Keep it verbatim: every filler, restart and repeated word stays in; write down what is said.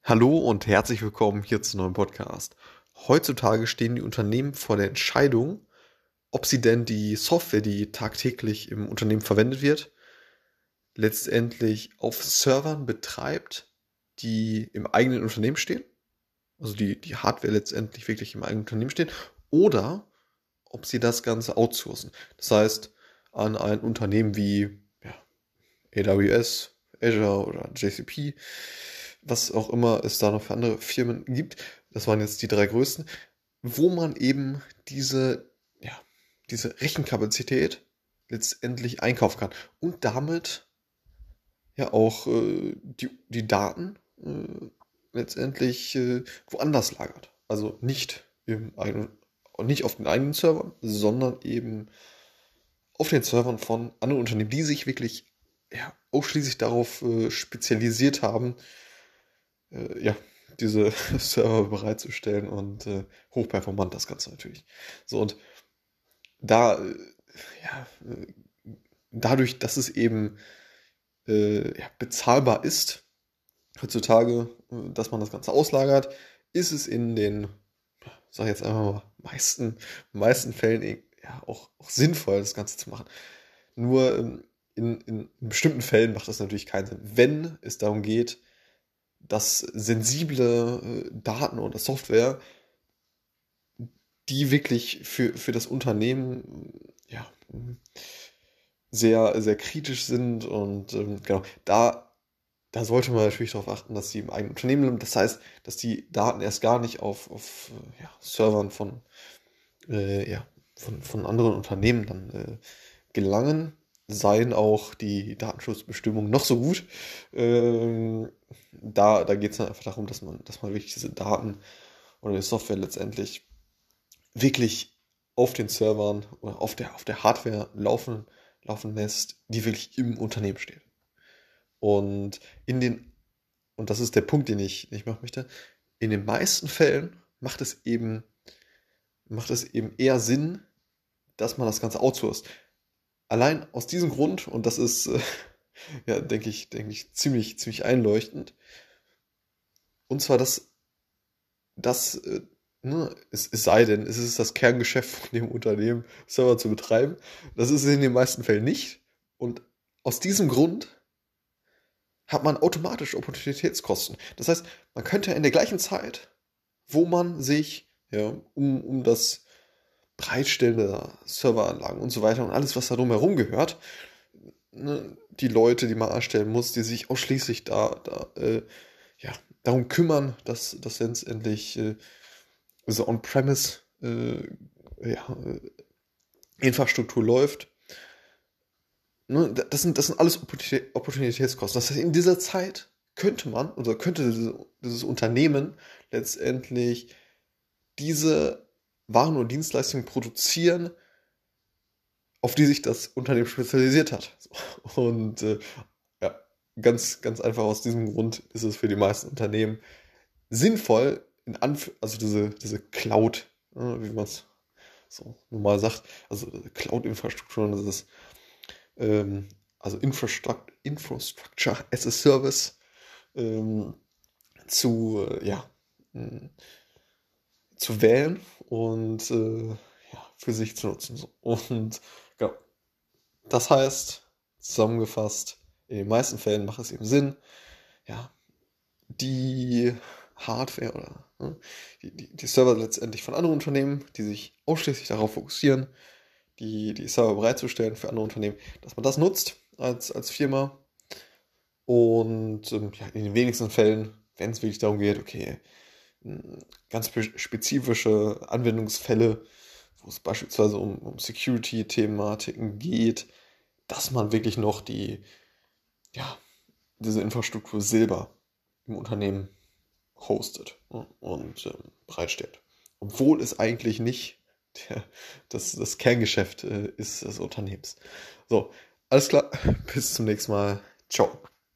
Hallo und herzlich willkommen hier zu einem neuen Podcast. Heutzutage stehen die Unternehmen vor der Entscheidung, ob sie denn die Software, die tagtäglich im Unternehmen verwendet wird, letztendlich auf Servern betreibt, die im eigenen Unternehmen stehen, also die, die Hardware letztendlich wirklich im eigenen Unternehmen stehen, oder ob sie das Ganze outsourcen. Das heißt, an ein Unternehmen wie ja, A W S, Azure oder J C P, was auch immer es da noch für andere Firmen gibt. Das waren jetzt die drei größten, wo man eben diese, ja, diese Rechenkapazität letztendlich einkaufen kann und damit ja auch äh, die, die Daten äh, letztendlich äh, woanders lagert. Also nicht im eigenen, nicht auf den eigenen Servern, sondern eben auf den Servern von anderen Unternehmen, die sich wirklich ja, ausschließlich darauf äh, spezialisiert haben, äh, ja, diese Server bereitzustellen und äh, hochperformant das Ganze natürlich. So, und da, äh, ja, äh, dadurch, dass es eben äh, ja, bezahlbar ist, heutzutage, äh, dass man das Ganze auslagert, ist es in den, sag ich jetzt einfach mal, meisten, meisten Fällen eh, ja, auch, auch sinnvoll, das Ganze zu machen. Nur ähm, in, in, in bestimmten Fällen macht das natürlich keinen Sinn. Wenn es darum geht, dass sensible äh, Daten oder Software, die wirklich für, für das Unternehmen ja, sehr, sehr kritisch sind und ähm, genau, da, da sollte man natürlich darauf achten, dass die im eigenen Unternehmen bleiben. Das heißt, dass die Daten erst gar nicht auf, auf äh, ja, Servern von, äh, ja, von, von anderen Unternehmen dann äh, gelangen, seien auch die Datenschutzbestimmungen noch so gut. Ähm, da da geht es dann einfach darum, dass man, dass man wirklich diese Daten oder die Software letztendlich wirklich auf den Servern oder auf der, auf der Hardware laufen, laufen lässt, die wirklich im Unternehmen steht. Und in den, und das ist der Punkt, den ich nicht machen möchte, in den meisten Fällen macht es eben, macht es eben eher Sinn, dass man das Ganze outsourced. Allein aus diesem Grund, und das ist, äh, ja, denke ich, denke ich, ziemlich, ziemlich einleuchtend. Und zwar, dass, dass äh, ne, es, es sei denn, es ist das Kerngeschäft von dem Unternehmen, Server zu betreiben. Das ist es in den meisten Fällen nicht. Und aus diesem Grund hat man automatisch Opportunitätskosten. Das heißt, man könnte in der gleichen Zeit, wo man sich ja, um, um das Bereitstellen der Serveranlagen und so weiter und alles, was da drumherum gehört, ne, die Leute, die man anstellen muss, die sich ausschließlich da, da äh, ja, darum kümmern, dass, dass letztendlich äh, so On-Premise äh, ja, äh, Infrastruktur läuft. Ne, das sind, das sind alles Opportunitätskosten. Das heißt, in dieser Zeit könnte man, oder könnte dieses, dieses Unternehmen letztendlich diese Waren und Dienstleistungen produzieren, auf die sich das Unternehmen spezialisiert hat. Und äh, ja, ganz, ganz einfach aus diesem Grund ist es für die meisten Unternehmen sinnvoll, in Anf also diese, diese Cloud, äh, wie man es so normal sagt, also Cloud-Infrastruktur, das ist ähm, also Infrastructure, Infrastructure as a Service ähm, zu, äh, ja, mh, zu wählen und äh, ja, für sich zu nutzen. So. Und genau, das heißt, zusammengefasst, in den meisten Fällen macht es eben Sinn, ja, die Hardware oder ne, die, die, die Server letztendlich von anderen Unternehmen, die sich ausschließlich darauf fokussieren, die, die Server bereitzustellen für andere Unternehmen, dass man das nutzt als, als Firma. Und ähm, ja, in den wenigsten Fällen, wenn es wirklich darum geht, okay, ganz spezifische Anwendungsfälle, wo es beispielsweise um, um Security-Thematiken geht, dass man wirklich noch die, ja, diese Infrastruktur selber im Unternehmen hostet und ähm, bereitstellt. Obwohl es eigentlich nicht der, das, das Kerngeschäft äh, ist des Unternehmens. So, alles klar, bis zum nächsten Mal. Ciao.